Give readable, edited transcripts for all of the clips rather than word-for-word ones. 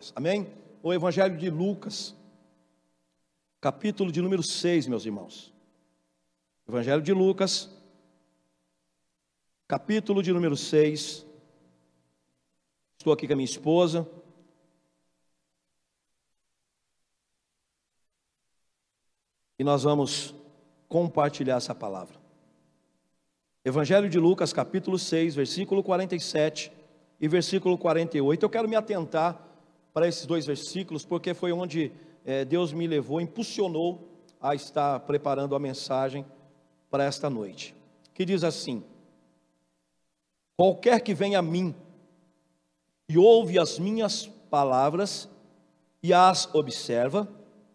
Deus, amém? O Evangelho de Lucas, capítulo de número 6, meus irmãos. Evangelho de Lucas, capítulo de número 6. Estou aqui com a minha esposa. E nós vamos compartilhar essa palavra. Evangelho de Lucas, capítulo 6, versículo 47 e versículo 48. Eu quero me atentar para esses dois versículos, porque foi onde Deus me levou, impulsionou a estar preparando a mensagem para esta noite. Que diz assim: qualquer que vem a mim e ouve as minhas palavras e as observa,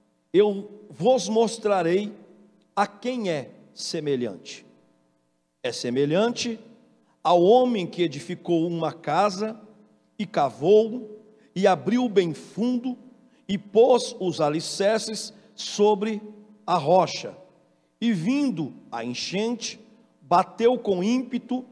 eu vos mostrarei a quem é semelhante. É semelhante ao homem que edificou uma casa e cavou e abriu bem fundo e pôs os alicerces sobre a rocha. E vindo a enchente, bateu com ímpeto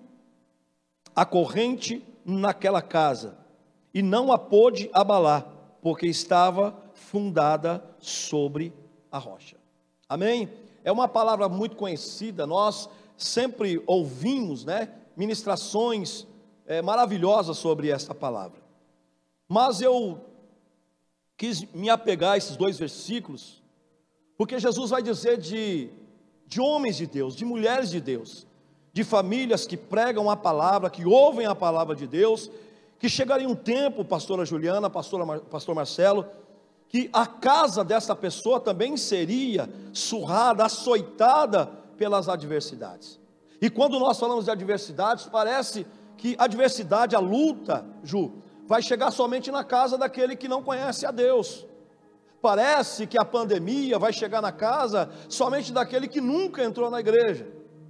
a corrente naquela casa e não a pôde abalar, porque estava fundada sobre a rocha. Amém? É uma palavra muito conhecida, nós sempre ouvimos, ministrações maravilhosas sobre esta palavra. Mas eu quis me apegar a esses dois versículos, porque Jesus vai dizer de homens de Deus, de mulheres de Deus, de famílias que pregam a palavra, que ouvem a palavra de Deus, que chegaria um tempo, pastora Juliana, pastor Marcelo, que a casa dessa pessoa também seria surrada, açoitada pelas adversidades. E quando nós falamos de adversidades, parece que a adversidade, a luta, vai chegar somente na casa daquele que não conhece a Deus. Parece que a pandemia vai chegar na casa somente daquele que nunca entrou na igreja.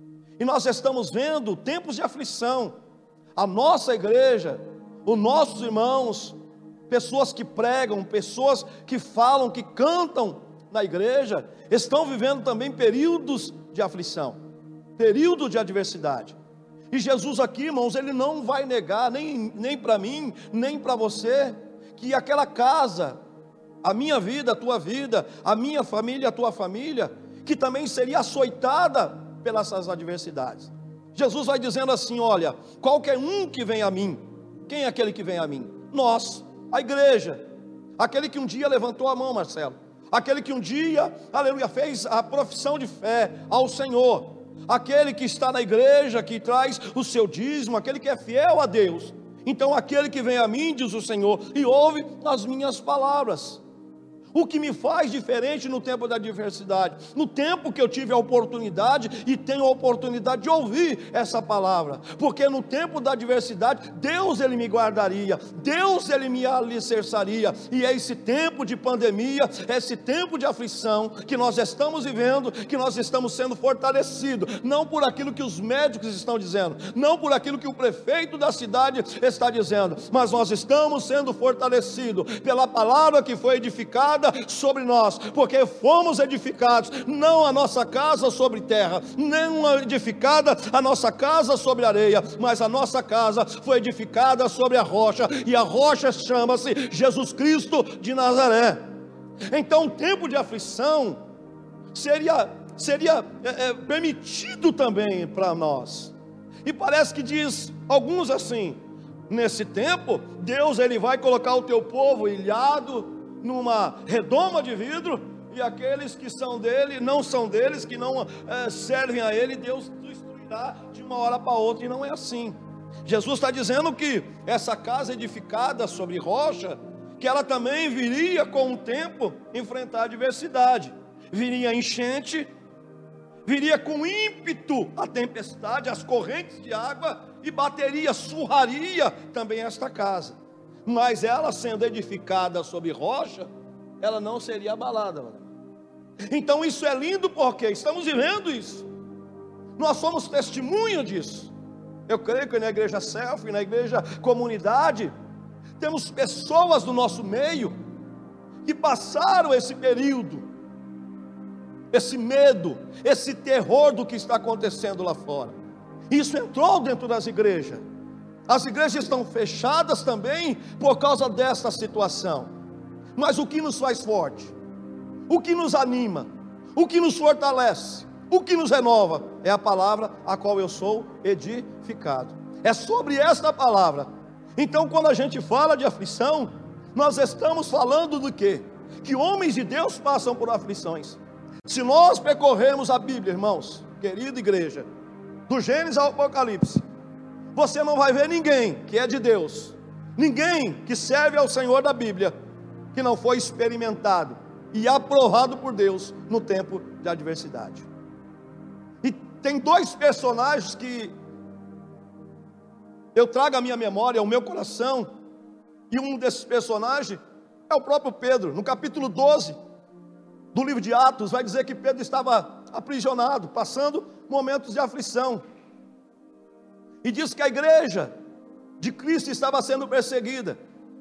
E nós estamos vendo tempos de aflição. A nossa igreja, os nossos irmãos, pessoas que pregam, pessoas que falam, que cantam na igreja, estão vivendo também períodos de aflição, período de adversidade. E Jesus aqui, irmãos, ele não vai negar, nem para mim, nem para você, que aquela casa, a minha vida, a tua vida, a minha família, a tua família, que também seria açoitada pelas adversidades. Jesus vai dizendo assim: olha, qualquer um que vem a mim. Quem é aquele que vem a mim? Nós, a igreja, aquele que um dia levantou a mão, Marcelo, aquele que um dia, aleluia, fez a profissão de fé ao Senhor, aquele que está na igreja, que traz o seu dízimo, aquele que é fiel a Deus. Então aquele que vem a mim, diz o Senhor, e ouve as minhas palavras. O que me faz diferente no tempo da adversidade? No tempo que eu tive a oportunidade e tenho a oportunidade de ouvir essa palavra, porque no tempo da adversidade, Deus ele me guardaria, Deus ele me alicerçaria, e é esse tempo de pandemia, é esse tempo de aflição que nós estamos vivendo, que nós estamos sendo fortalecidos, não por aquilo que os médicos estão dizendo, não por aquilo que o prefeito da cidade está dizendo, mas nós estamos sendo fortalecidos pela palavra que foi edificada sobre nós, porque fomos edificados, não a nossa casa sobre terra, nem edificada a nossa casa sobre areia, mas a nossa casa foi edificada sobre a rocha, e a rocha chama-se Jesus Cristo de Nazaré. Então o tempo de aflição seria permitido também para nós, e parece que diz alguns assim: nesse tempo, Deus ele vai colocar o teu povo ilhado numa redoma de vidro, e aqueles que são dele, não são deles, que não servem a ele, Deus destruirá de uma hora para outra. E não é assim. Jesus está dizendo que essa casa edificada sobre rocha, que ela também viria com o tempo enfrentar a adversidade, viria a enchente, viria com ímpeto a tempestade, as correntes de água, e bateria, surraria também esta casa. Mas ela sendo edificada sobre rocha, ela não seria abalada. Então isso é lindo, porque estamos vivendo isso, nós somos testemunha disso. Eu creio que na igreja Selfie, na igreja Comunidade, temos pessoas do nosso meio que passaram esse período, esse medo, esse terror do que está acontecendo lá fora. Isso entrou dentro das igrejas. As igrejas estão fechadas também por causa desta situação. Mas o que nos faz forte, o que nos anima, o que nos fortalece, o que nos renova, é a palavra a qual eu sou edificado. É sobre esta palavra. Então, quando a gente fala de aflição, nós estamos falando do quê? Que homens de Deus passam por aflições. Se nós percorrermos a Bíblia, irmãos, querida igreja, do Gênesis ao Apocalipse, você não vai ver ninguém que é de Deus, ninguém que serve ao Senhor da Bíblia, que não foi experimentado e aprovado por Deus no tempo de adversidade. E tem dois personagens que eu trago à minha memória, ao meu coração, e um desses personagens é o próprio Pedro. No capítulo 12 do livro de Atos, vai dizer que Pedro estava aprisionado, passando momentos de aflição, e diz que a igreja de Cristo estava sendo perseguida,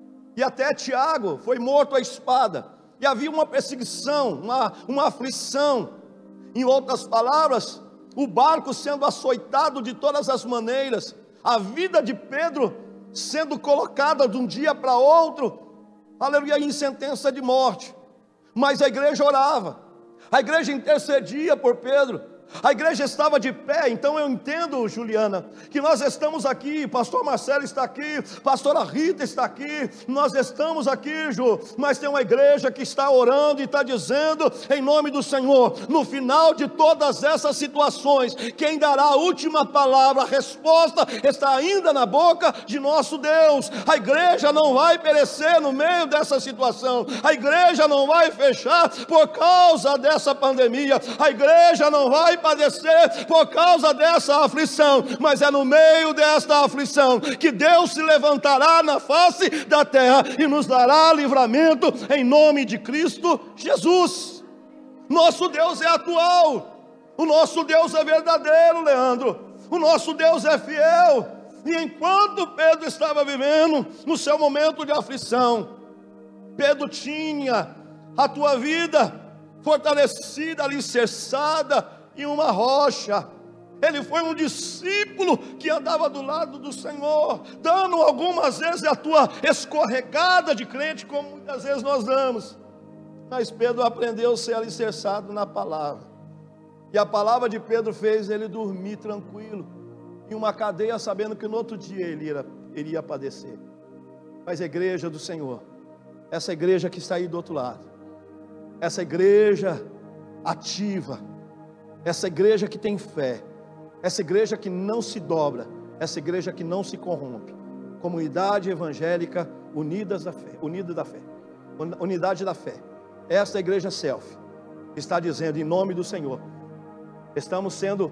e até Tiago foi morto à espada, e havia uma perseguição, uma aflição. Em outras palavras, o barco sendo açoitado de todas as maneiras, a vida de Pedro sendo colocada de um dia para outro, aleluia, em sentença de morte. Mas a igreja orava, a igreja intercedia por Pedro, a igreja estava de pé. Então eu entendo, Juliana, que nós estamos aqui, pastor Marcelo está aqui, pastora Rita está aqui, nós estamos aqui, Ju, mas tem uma igreja que está orando e está dizendo, em nome do Senhor, no final de todas essas situações, quem dará a última palavra, a resposta está ainda na boca de nosso Deus. A igreja não vai perecer no meio dessa situação, a igreja não vai fechar por causa dessa pandemia, a igreja não vai padecer por causa dessa aflição, mas é no meio desta aflição que Deus se levantará na face da terra e nos dará livramento em nome de Cristo Jesus. Nosso Deus é atual, o nosso Deus é verdadeiro, Leandro, o nosso Deus é fiel. E enquanto Pedro estava vivendo no seu momento de aflição, Pedro tinha a tua vida fortalecida, alicerçada em uma rocha. Ele foi um discípulo que andava do lado do Senhor, dando algumas vezes a tua escorregada de crente, como muitas vezes nós damos. Mas Pedro aprendeu a ser alicerçado na palavra, e a palavra de Pedro fez ele dormir tranquilo, em uma cadeia, sabendo que no outro dia ele iria padecer. Mas a igreja do Senhor, essa igreja que está aí do outro lado, essa igreja ativa, essa igreja que tem fé, essa igreja que não se dobra, essa igreja que não se corrompe, comunidade evangélica unidas da fé, unidade da fé, essa igreja self, está dizendo em nome do Senhor, estamos sendo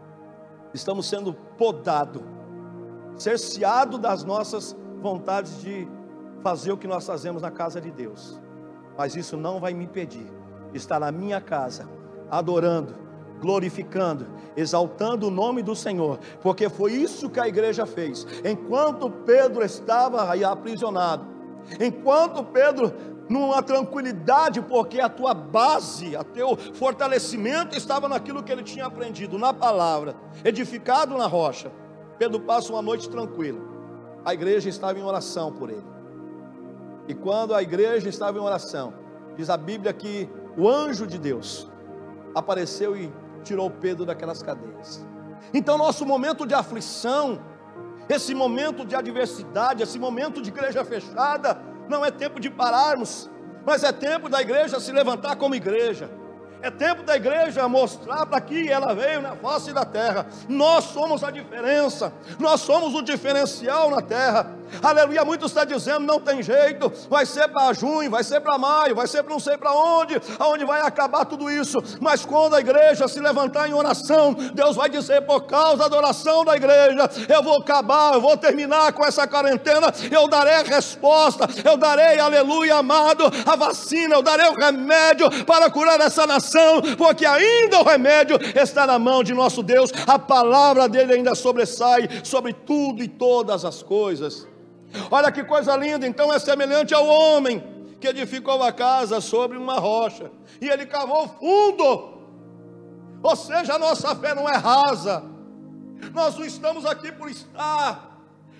podado, cerceado das nossas vontades de fazer o que nós fazemos na casa de Deus, mas isso não vai me impedir de estar na minha casa, adorando, glorificando, exaltando o nome do Senhor, porque foi isso que a igreja fez. Enquanto Pedro estava aí aprisionado, enquanto Pedro numa tranquilidade, porque a tua base, o teu fortalecimento estava naquilo que ele tinha aprendido, na palavra, edificado na rocha, Pedro passa uma noite tranquila. A igreja estava em oração por ele, e quando a igreja estava em oração, diz a Bíblia que o anjo de Deus apareceu e tirou Pedro daquelas cadeias. Então nosso momento de aflição, esse momento de adversidade, esse momento de igreja fechada, não é tempo de pararmos, mas é tempo da igreja se levantar como igreja. É tempo da igreja mostrar para que ela veio na face da terra. Nós somos a diferença, nós somos o diferencial na terra. Aleluia, muitos estão dizendo, não tem jeito, vai ser para junho, vai ser para maio, vai ser para não sei para onde, aonde vai acabar tudo isso. Mas quando a igreja se levantar em oração, Deus vai dizer, por causa da oração da igreja, eu vou acabar, eu vou terminar com essa quarentena, eu darei a resposta, eu darei, aleluia, amado, a vacina, eu darei o remédio para curar essa nação, porque ainda o remédio está na mão de nosso Deus, a palavra dele ainda sobressai sobre tudo e todas as coisas. Olha que coisa linda. Então é semelhante ao homem que edificou a casa sobre uma rocha, e ele cavou fundo. Ou seja, a nossa fé não é rasa, nós não estamos aqui por estar,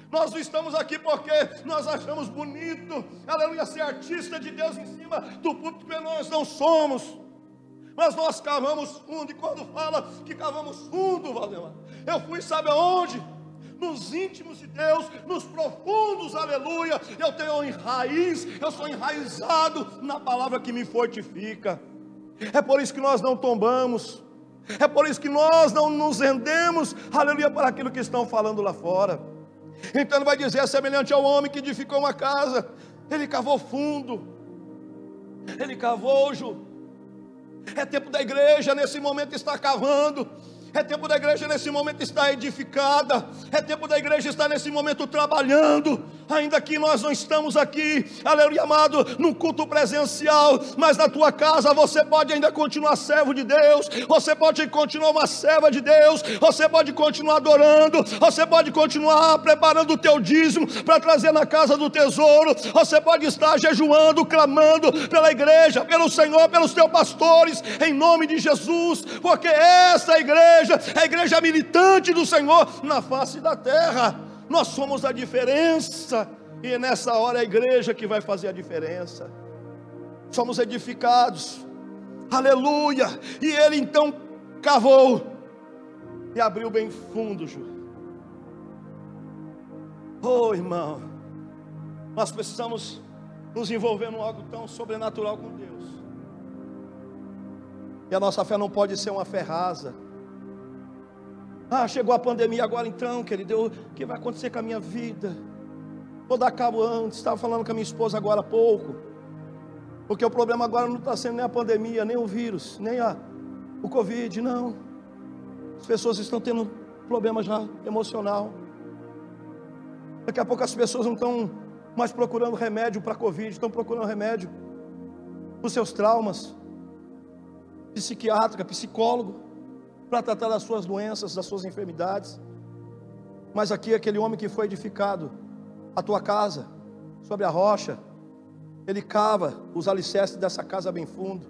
Nós não estamos aqui porque nós achamos bonito, aleluia, ser artista de Deus em cima do púlpito, porque nós não somos. Mas nós cavamos fundo, e quando fala que cavamos fundo, Valdemar, eu fui, sabe aonde? Nos íntimos de Deus, nos profundos, aleluia. Eu tenho raiz, eu sou enraizado na palavra que me fortifica. É por isso que nós não tombamos, é por isso que nós não nos rendemos, aleluia, para aquilo que estão falando lá fora. Então ele vai dizer, é semelhante ao homem que edificou uma casa. Ele cavou fundo, ele cavou, Ju. É tempo da igreja nesse momento estar cavando. É tempo da igreja nesse momento estar edificada. É tempo da igreja estar nesse momento trabalhando. Ainda que nós não estamos aqui, aleluia, amado, no culto presencial, mas na tua casa você pode ainda continuar servo de Deus. Você pode continuar uma serva de Deus. Você pode continuar adorando. Você pode continuar preparando o teu dízimo para trazer na casa do tesouro. Você pode estar jejuando, clamando pela igreja, pelo Senhor, pelos teus pastores, em nome de Jesus, porque essa igreja é a igreja militante do Senhor na face da terra. Nós somos a diferença, e nessa hora é a igreja que vai fazer a diferença. Somos edificados, aleluia. E ele então cavou e abriu bem fundo, Ju. Oh, irmão, nós precisamos nos envolver em algo tão sobrenatural com Deus. E a nossa fé não pode ser uma fé rasa. Chegou a pandemia agora então, querido, o que vai acontecer com a minha vida? Vou dar cabo antes. Estava falando com a minha esposa agora há pouco, porque o problema agora não está sendo nem a pandemia, nem o vírus, nem o Covid, não. As pessoas estão tendo problema já emocional. Daqui a pouco as pessoas não estão mais procurando remédio para a Covid, estão procurando remédio para os seus traumas, psiquiátrica, psicólogo, para tratar das suas doenças, das suas enfermidades. Mas aqui aquele homem que foi edificado, a tua casa, sobre a rocha, ele cava os alicerces dessa casa bem fundo.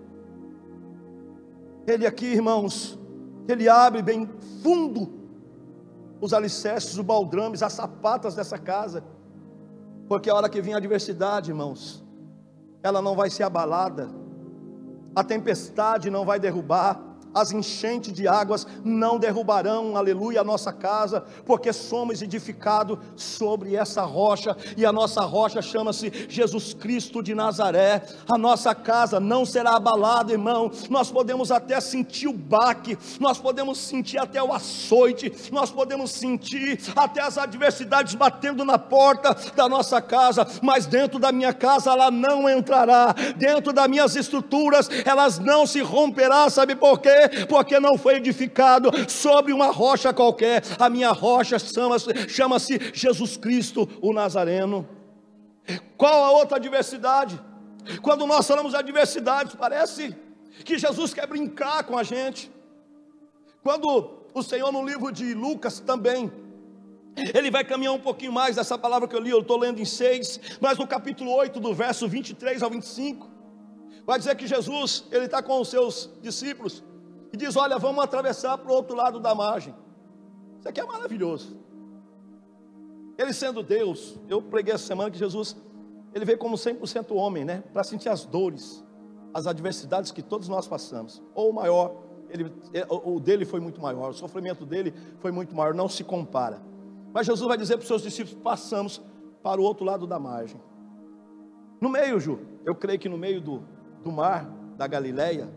Ele aqui, irmãos, ele abre bem fundo os alicerces, os baldrames, as sapatas dessa casa, porque a hora que vir a adversidade, irmãos, ela não vai ser abalada, a tempestade não vai derrubar, as enchentes de águas não derrubarão, aleluia, a nossa casa, porque somos edificados sobre essa rocha, e a nossa rocha chama-se Jesus Cristo de Nazaré. A nossa casa não será abalada, irmão. Nós podemos até sentir o baque, nós podemos sentir até o açoite, nós podemos sentir até as adversidades batendo na porta da nossa casa, mas dentro da minha casa ela não entrará, dentro das minhas estruturas elas não se romperá. Sabe por quê? Porque não foi edificado sobre uma rocha qualquer. A minha rocha chama-se Jesus Cristo, o Nazareno. Qual a outra adversidade? Quando nós falamos de adversidades, parece que Jesus quer brincar com a gente. Quando o Senhor, no livro de Lucas também, ele vai caminhar um pouquinho mais dessa palavra que eu li, eu estou lendo em 6, mas no capítulo 8, do verso 23 ao 25, vai dizer que Jesus, ele está com os seus discípulos, e diz, olha, vamos atravessar para o outro lado da margem. Isso aqui é maravilhoso. Ele sendo Deus, eu preguei essa semana que Jesus, ele veio como 100% homem, né? Para sentir as dores, as adversidades que todos nós passamos. Ou maior, o dele foi muito maior, o sofrimento dele foi muito maior, não se compara. Mas Jesus vai dizer para os seus discípulos, passamos para o outro lado da margem. No meio, Ju, eu creio que no meio do mar da Galileia,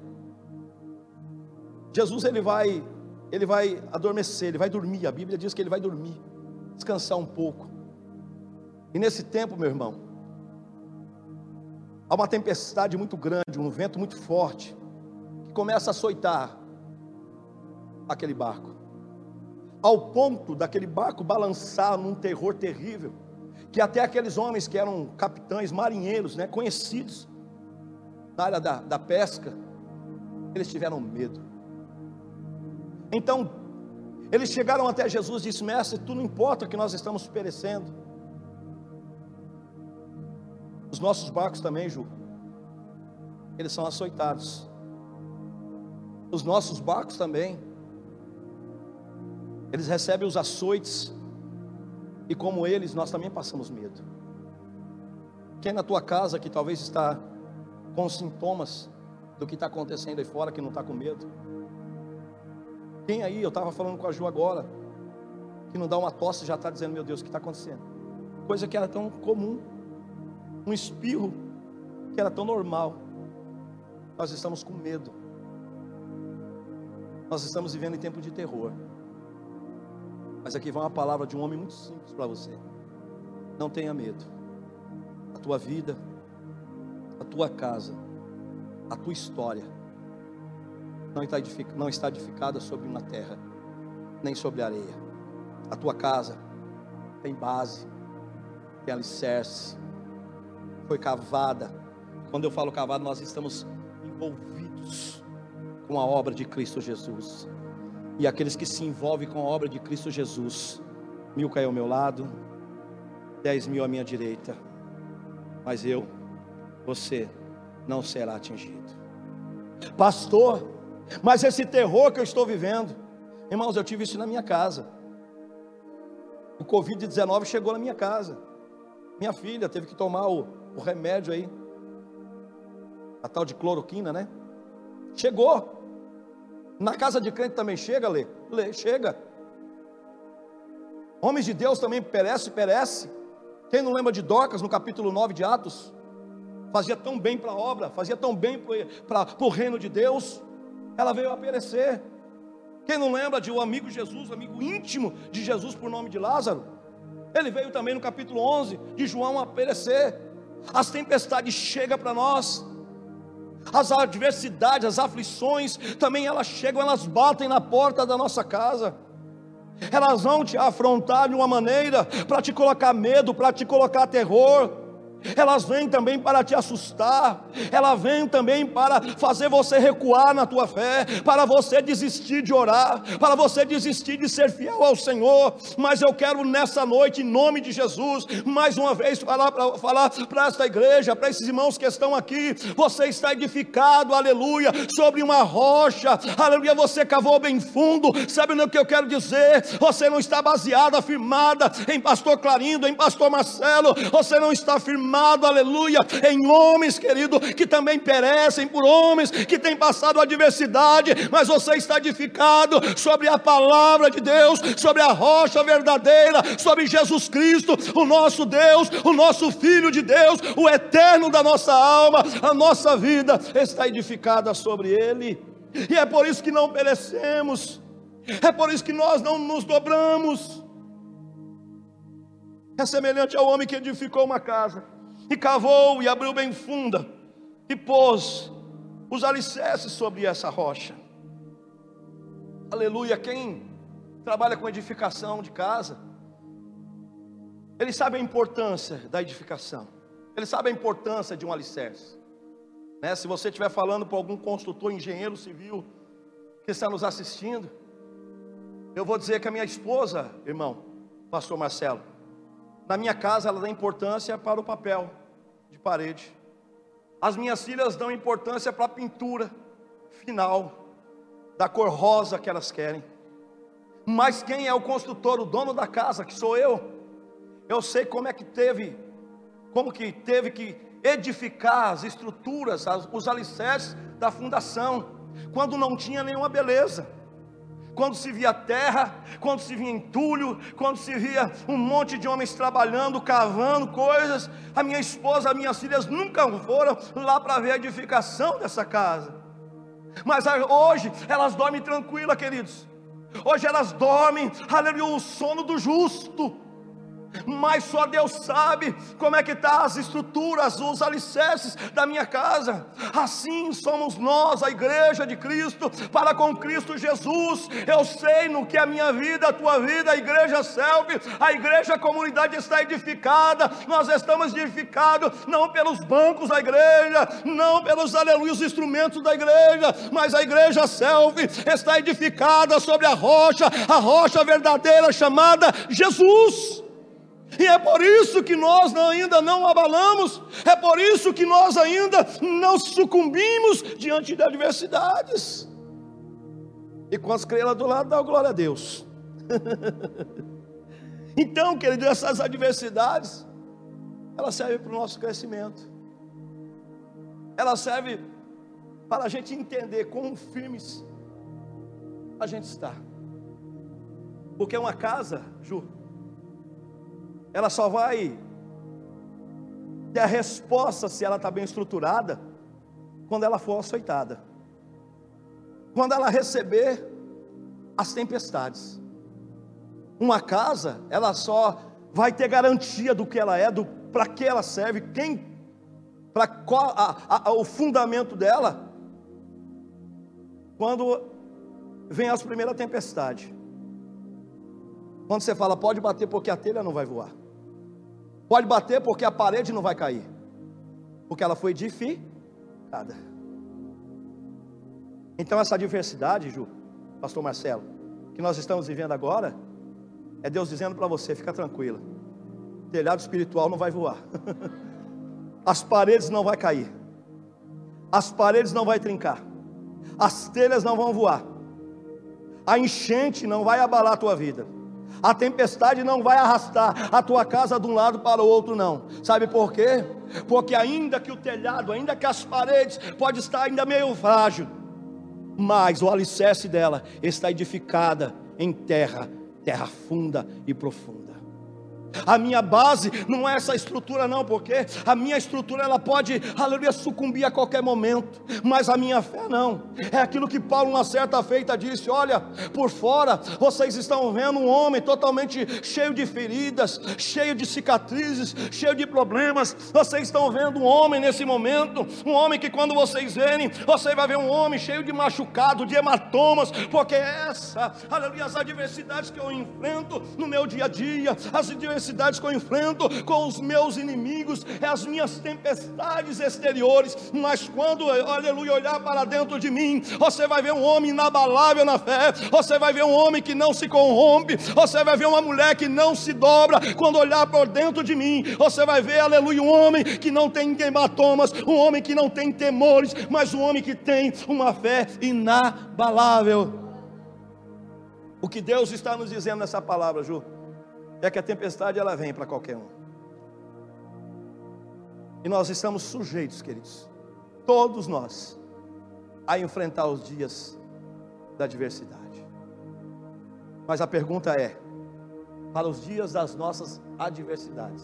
Jesus ele vai adormecer, ele vai dormir. A Bíblia diz que ele vai dormir, descansar um pouco. E nesse tempo, meu irmão, há uma tempestade muito grande, um vento muito forte, que começa a açoitar aquele barco, ao ponto daquele barco balançar num terror terrível, que até aqueles homens que eram capitães, marinheiros, né, conhecidos na área da pesca, eles tiveram medo. Então, eles chegaram até Jesus e disse, mestre, tu não importa que nós estamos perecendo. Os nossos barcos também, Ju, eles são açoitados. Os nossos barcos também, eles recebem os açoites E como eles, nós também passamos medo. Quem na tua casa que talvez está com sintomas do que está acontecendo aí fora, que não está com medo? Quem aí, eu estava falando com a Ju agora, que não dá uma tosse já está dizendo, meu Deus, o que está acontecendo? Coisa que era tão comum, um espirro que era tão normal. Nós estamos com medo. Nós estamos vivendo em tempo de terror. Mas aqui vai uma palavra de um homem muito simples para você. Não tenha medo. A tua vida, a tua casa, a tua história não está edificada sobre uma terra, nem sobre areia. A tua casa tem base, tem alicerce, foi cavada. Quando eu falo cavada, nós estamos envolvidos com a obra de Cristo Jesus. E aqueles que se envolvem com a obra de Cristo Jesus, 1000 caiu ao meu lado, 10.000 à minha direita, mas você não será atingido. Pastor, mas esse terror que eu estou vivendo, irmãos, eu tive isso na minha casa. O Covid-19 chegou na minha casa. Minha filha teve que tomar o remédio aí, a tal de cloroquina, né? Chegou. Na casa de crente também chega, Lê, chega. Homens de Deus também perece. Quem não lembra de Dorcas no capítulo 9 de Atos? Fazia tão bem para a obra, fazia tão bem para o reino de Deus. Ela veio a perecer. Quem não lembra de um amigo Jesus, amigo íntimo de Jesus por nome de Lázaro? Ele veio também no capítulo 11 de João a perecer. As tempestades chegam para nós. As adversidades, as aflições, também elas chegam, elas batem na porta da nossa casa. Elas vão te afrontar de uma maneira para te colocar medo, para te colocar terror. Elas vêm também para te assustar. Elas vêm também para fazer você recuar na tua fé, para você desistir de orar, para você desistir de ser fiel ao Senhor. Mas eu quero nessa noite, em nome de Jesus, mais uma vez falar para esta igreja, para esses irmãos que estão aqui. Você está edificado, aleluia, sobre uma rocha, aleluia. Você cavou bem fundo. Sabe o que eu quero dizer? Você não está baseado, afirmada em pastor Clarindo, em pastor Marcelo. Você não está firmado, aleluia, em homens, querido, que também perecem, por homens que têm passado adversidade, mas você está edificado sobre a palavra de Deus, sobre a rocha verdadeira, sobre Jesus Cristo, o nosso Deus, o nosso Filho de Deus, o eterno da nossa alma. A nossa vida está edificada sobre Ele, e é por isso que não perecemos, é por isso que nós não nos dobramos. É semelhante ao homem que edificou uma casa, e cavou e abriu bem funda, e pôs os alicerces sobre essa rocha. Aleluia. Quem trabalha com edificação de casa, ele sabe a importância da edificação, ele sabe a importância de um alicerce, né? Se você estiver falando para algum construtor, engenheiro civil que está nos assistindo, eu vou dizer que a minha esposa, irmão, pastor Marcelo, na minha casa ela dá importância para o papel de parede. As minhas filhas dão importância para a pintura final, da cor rosa que elas querem. Mas quem é o construtor, o dono da casa, que sou eu sei como que teve que edificar as estruturas, os alicerces da fundação, quando não tinha nenhuma beleza. Quando se via terra, quando se via entulho, quando se via um monte de homens trabalhando, cavando coisas, a minha esposa, as minhas filhas nunca foram lá para ver a edificação dessa casa. Mas hoje elas dormem tranquilas, queridos. Hoje elas dormem, aleluia, o sono do justo. Mas só Deus sabe como é que está as estruturas, os alicerces da minha casa. Assim somos nós, a igreja de Cristo, para com Cristo Jesus. Eu sei no que a minha vida, a tua vida, a igreja Self, a igreja a comunidade está edificada. Nós estamos edificados não pelos bancos da igreja, não pelos, aleluia, os instrumentos da igreja, mas a igreja Self está edificada sobre a rocha verdadeira chamada Jesus. E é por isso que nós ainda não abalamos, é por isso que nós ainda não sucumbimos diante de adversidades. E quantos creem lá do lado, dá glória a Deus. Então, querido, essas adversidades, elas servem para o nosso crescimento. Elas servem para a gente entender quão firmes a gente está. Porque uma casa, Ju, ela só vai ter a resposta se ela está bem estruturada quando ela for açoitada, quando ela receber as tempestades. Uma casa, ela só vai ter garantia do que ela é, para que ela serve, o fundamento dela, quando vem as primeiras tempestades. Quando você fala, pode bater porque a telha não vai voar, pode bater porque a parede não vai cair, porque ela foi edificada. Então essa adversidade, Ju, pastor Marcelo, que nós estamos vivendo agora, é Deus dizendo para você, fica tranquila, o telhado espiritual não vai voar, as paredes não vai cair, as paredes não vai trincar, as telhas não vão voar, a enchente não vai abalar a tua vida, a tempestade não vai arrastar a tua casa de um lado para o outro, não. Sabe por quê? Porque ainda que o telhado, ainda que as paredes pode estar ainda meio frágil, mas o alicerce dela está edificada em terra funda e profunda. A minha base não é essa estrutura não, porque a minha estrutura ela pode, aleluia, sucumbir a qualquer momento, mas a minha fé não. É aquilo que Paulo uma certa feita disse, olha, por fora vocês estão vendo um homem totalmente cheio de feridas, cheio de cicatrizes, cheio de problemas. Vocês estão vendo um homem nesse momento, um homem que quando vocês verem, você vai ver um homem cheio de machucado, de hematomas, porque aleluia, as adversidades que eu enfrento no meu dia a dia, as adversidades que eu enfrento com os meus inimigos, é as minhas tempestades exteriores, mas quando, aleluia, olhar para dentro de mim, você vai ver um homem inabalável na fé, você vai ver um homem que não se corrompe, você vai ver uma mulher que não se dobra. Quando olhar por dentro de mim, você vai ver, aleluia, um homem que não tem hematomas, um homem que não tem temores, mas um homem que tem uma fé inabalável. O que Deus está nos dizendo nessa palavra, Ju, é que a tempestade ela vem para qualquer um, e nós estamos sujeitos, queridos, todos nós, a enfrentar os dias da adversidade. Mas a pergunta é, para os dias das nossas adversidades,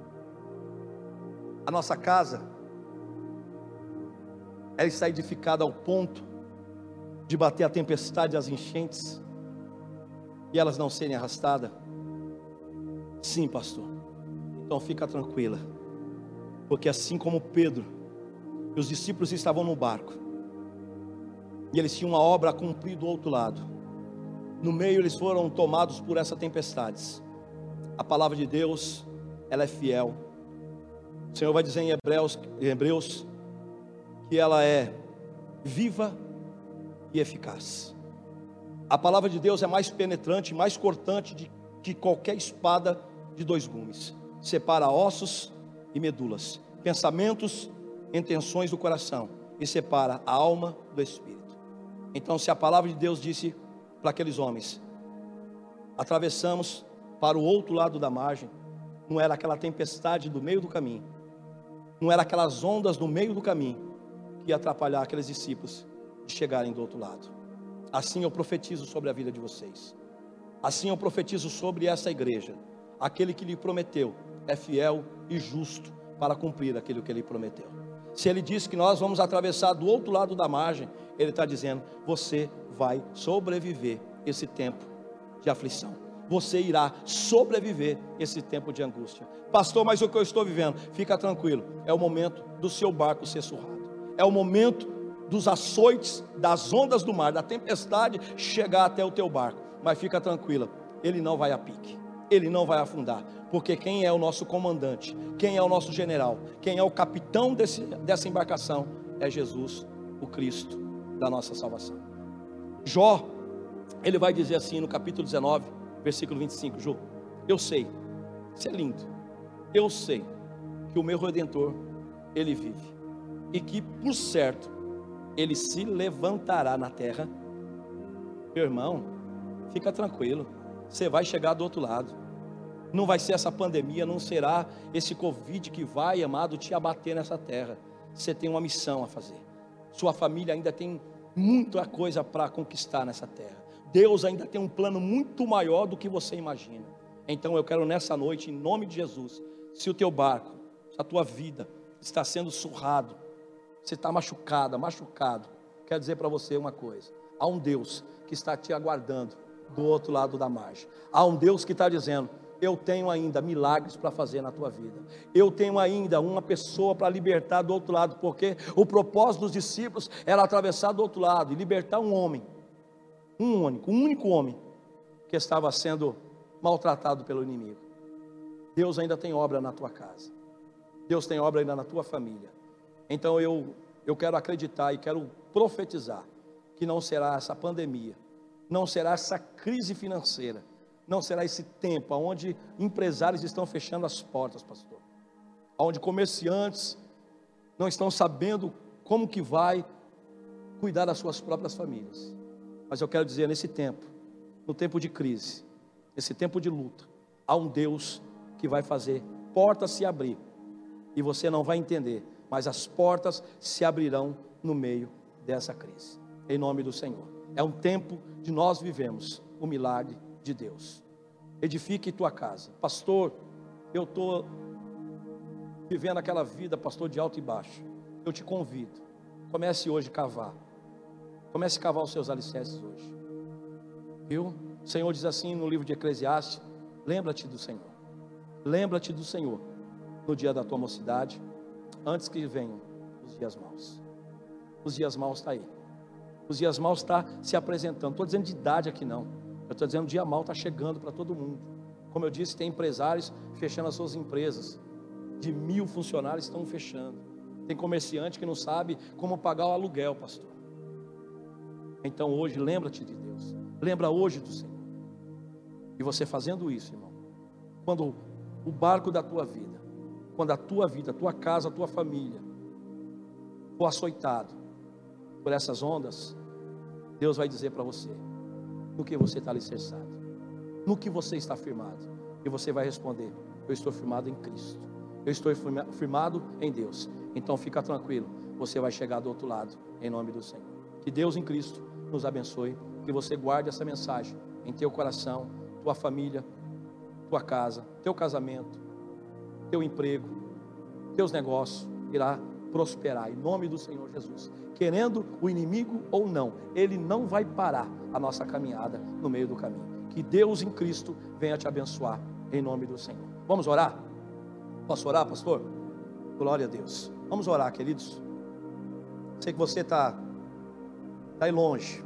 a nossa casa, ela está edificada ao ponto de bater a tempestade e as enchentes, e elas não serem arrastadas? Sim, pastor. Então fica tranquila, porque assim como Pedro e os discípulos estavam no barco, e eles tinham uma obra a cumprir do outro lado, no meio eles foram tomados por essas tempestades. A palavra de Deus, ela é fiel. O Senhor vai dizer em Hebreus que ela é viva e eficaz. A palavra de Deus é mais penetrante, mais cortante que qualquer espada de dois gumes, separa ossos e medulas, pensamentos, intenções do coração, e separa a alma do espírito. Então, se a palavra de Deus disse para aqueles homens, atravessamos para o outro lado da margem, não era aquela tempestade do meio do caminho, não era aquelas ondas no meio do caminho que ia atrapalhar aqueles discípulos de chegarem do outro lado. Assim eu profetizo sobre a vida de vocês, assim eu profetizo sobre essa igreja. Aquele que lhe prometeu é fiel e justo para cumprir aquilo que ele prometeu. Se ele disse que nós vamos atravessar do outro lado da margem, ele está dizendo, você vai sobreviver esse tempo de aflição, você irá sobreviver esse tempo de angústia. Pastor, mas o que eu estou vivendo? Fica tranquilo, é o momento do seu barco ser surrado, é o momento dos açoites, das ondas do mar, da tempestade chegar até o teu barco. Mas fica tranquila, ele não vai a pique, ele não vai afundar, porque quem é o nosso comandante, quem é o nosso general, quem é o capitão dessa embarcação, é Jesus, o Cristo da nossa salvação. Jó, ele vai dizer assim no capítulo 19, versículo 25, Jó, eu sei, isso é lindo, eu sei que o meu Redentor, ele vive, e que por certo, ele se levantará na terra. Meu irmão, fica tranquilo, você vai chegar do outro lado. Não vai ser essa pandemia, não será esse Covid que vai, amado, te abater nessa terra. Você tem uma missão a fazer. Sua família ainda tem muita coisa para conquistar nessa terra. Deus ainda tem um plano muito maior do que você imagina. Então eu quero nessa noite, em nome de Jesus, se o teu barco, se a tua vida está sendo surrado, você está machucado, quero dizer para você uma coisa: há um Deus que está te aguardando do outro lado da margem. Há um Deus que está dizendo: eu tenho ainda milagres para fazer na tua vida. Eu tenho ainda uma pessoa para libertar do outro lado, porque o propósito dos discípulos era atravessar do outro lado e libertar um homem, um único homem que estava sendo maltratado pelo inimigo. Deus ainda tem obra na tua casa. Deus tem obra ainda na tua família. Então eu quero acreditar e quero profetizar que não será essa pandemia, não será essa crise financeira, não será esse tempo onde empresários estão fechando as portas, pastor, onde comerciantes não estão sabendo como que vai cuidar das suas próprias famílias. Mas eu quero dizer, nesse tempo, no tempo de crise, nesse tempo de luta, há um Deus que vai fazer portas se abrir, e você não vai entender, mas as portas se abrirão no meio dessa crise, em nome do Senhor. É um tempo de nós vivemos o milagre de Deus. Edifique tua casa. Pastor, eu estou vivendo aquela vida, pastor, de alto e baixo. Eu te convido, comece hoje a cavar. Comece a cavar os seus alicerces hoje. Viu? O Senhor diz assim no livro de Eclesiastes: lembra-te do Senhor. Lembra-te do Senhor no dia da tua mocidade, antes que venham os dias maus. Os dias maus estão aí. Os dias maus estão se apresentando. Não estou dizendo de idade aqui não. Eu estou dizendo que o dia mau está chegando para todo mundo. Como eu disse, tem empresários fechando as suas empresas. De 1000 funcionários estão fechando. Tem comerciante que não sabe como pagar o aluguel, pastor. Então hoje, lembra-te de Deus. Lembra hoje do Senhor. E você fazendo isso, irmão, quando o barco da tua vida, quando a tua vida, a tua casa, a tua família for açoitado por essas ondas, Deus vai dizer para você no que você está alicerçado, no que você está firmado, e você vai responder: eu estou firmado em Cristo, eu estou firmado em Deus. Então fica tranquilo, você vai chegar do outro lado, em nome do Senhor. Que Deus em Cristo nos abençoe, que você guarde essa mensagem em teu coração, tua família, tua casa, teu casamento, teu emprego, teus negócios irá prosperar, em nome do Senhor Jesus. Querendo o inimigo ou não, ele não vai parar a nossa caminhada no meio do caminho. Que Deus em Cristo venha te abençoar, em nome do Senhor. Vamos orar? Posso orar, pastor? Glória a Deus. Vamos orar, queridos. Sei que você está aí longe.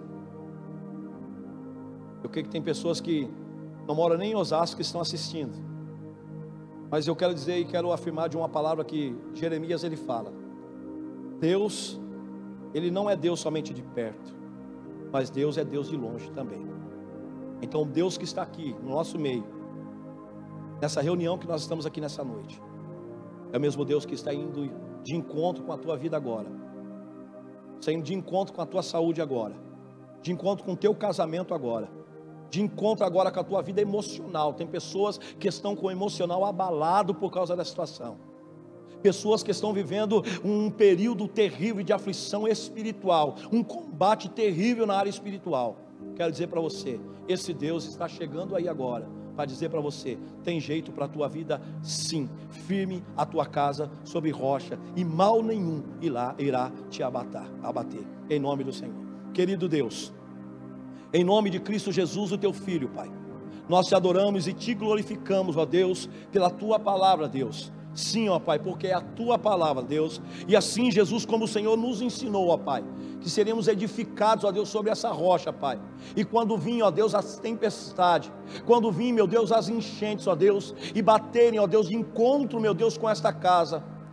Eu creio que tem pessoas que não moram nem em Osasco que estão assistindo. Mas eu quero dizer e quero afirmar de uma palavra que Jeremias ele fala: Deus, ele não é Deus somente de perto, mas Deus é Deus de longe também. Então Deus que está aqui no nosso meio, nessa reunião que nós estamos aqui nessa noite, é o mesmo Deus que está indo de encontro com a tua vida agora, está indo de encontro com a tua saúde agora, de encontro com o teu casamento agora, de encontro agora com a tua vida emocional. Tem pessoas que estão com o emocional abalado por causa da situação. Pessoas que estão vivendo um período terrível de aflição espiritual, um combate terrível na área espiritual. Quero dizer para você, esse Deus está chegando aí agora para dizer para você: tem jeito para a tua vida sim. Firme a tua casa sobre rocha, e mal nenhum irá te abater, em nome do Senhor. Querido Deus, em nome de Cristo Jesus, o teu Filho, Pai, nós te adoramos e te glorificamos, ó Deus, pela tua palavra, Deus. Sim, ó Pai, porque é a tua palavra, Deus. E assim, Jesus, como o Senhor nos ensinou, ó Pai, que seremos edificados, ó Deus, sobre essa rocha, Pai. E quando vir, ó Deus, as tempestades, quando vir, meu Deus, as enchentes, ó Deus, e baterem, ó Deus, de encontro, meu Deus, com esta casa,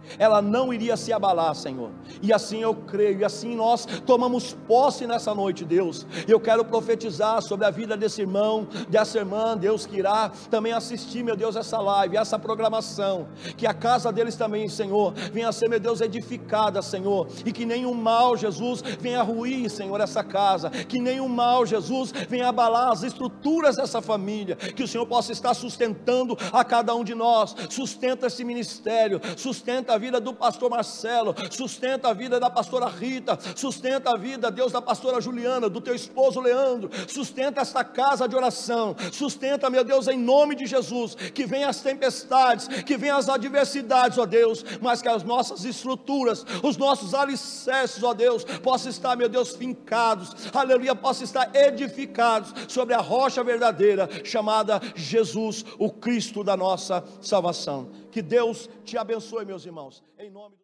ela não iria se abalar, Senhor. E assim eu creio, e assim nós tomamos posse nessa noite, Deus. Eu quero profetizar sobre a vida desse irmão, dessa irmã, Deus, que irá também assistir, meu Deus, essa live, essa programação, que a casa deles também, Senhor, venha a ser, meu Deus, edificada, Senhor, e que nenhum mal, Jesus, venha ruir, Senhor, essa casa, que nenhum mal, Jesus, venha abalar as estruturas dessa família, que o Senhor possa estar sustentando a cada um de nós, sustenta esse ministério, sustenta a vida do pastor Marcelo, sustenta a vida da pastora Rita, sustenta a vida, Deus, da pastora Juliana, do teu esposo Leandro, sustenta esta casa de oração, sustenta, meu Deus, em nome de Jesus, que venham as tempestades, que venham as adversidades, ó Deus, mas que as nossas estruturas, os nossos alicerces, ó Deus, possam estar, meu Deus, fincados, aleluia, possam estar edificados sobre a rocha verdadeira, chamada Jesus, o Cristo da nossa salvação. Que Deus te abençoe, meus irmãos, em nome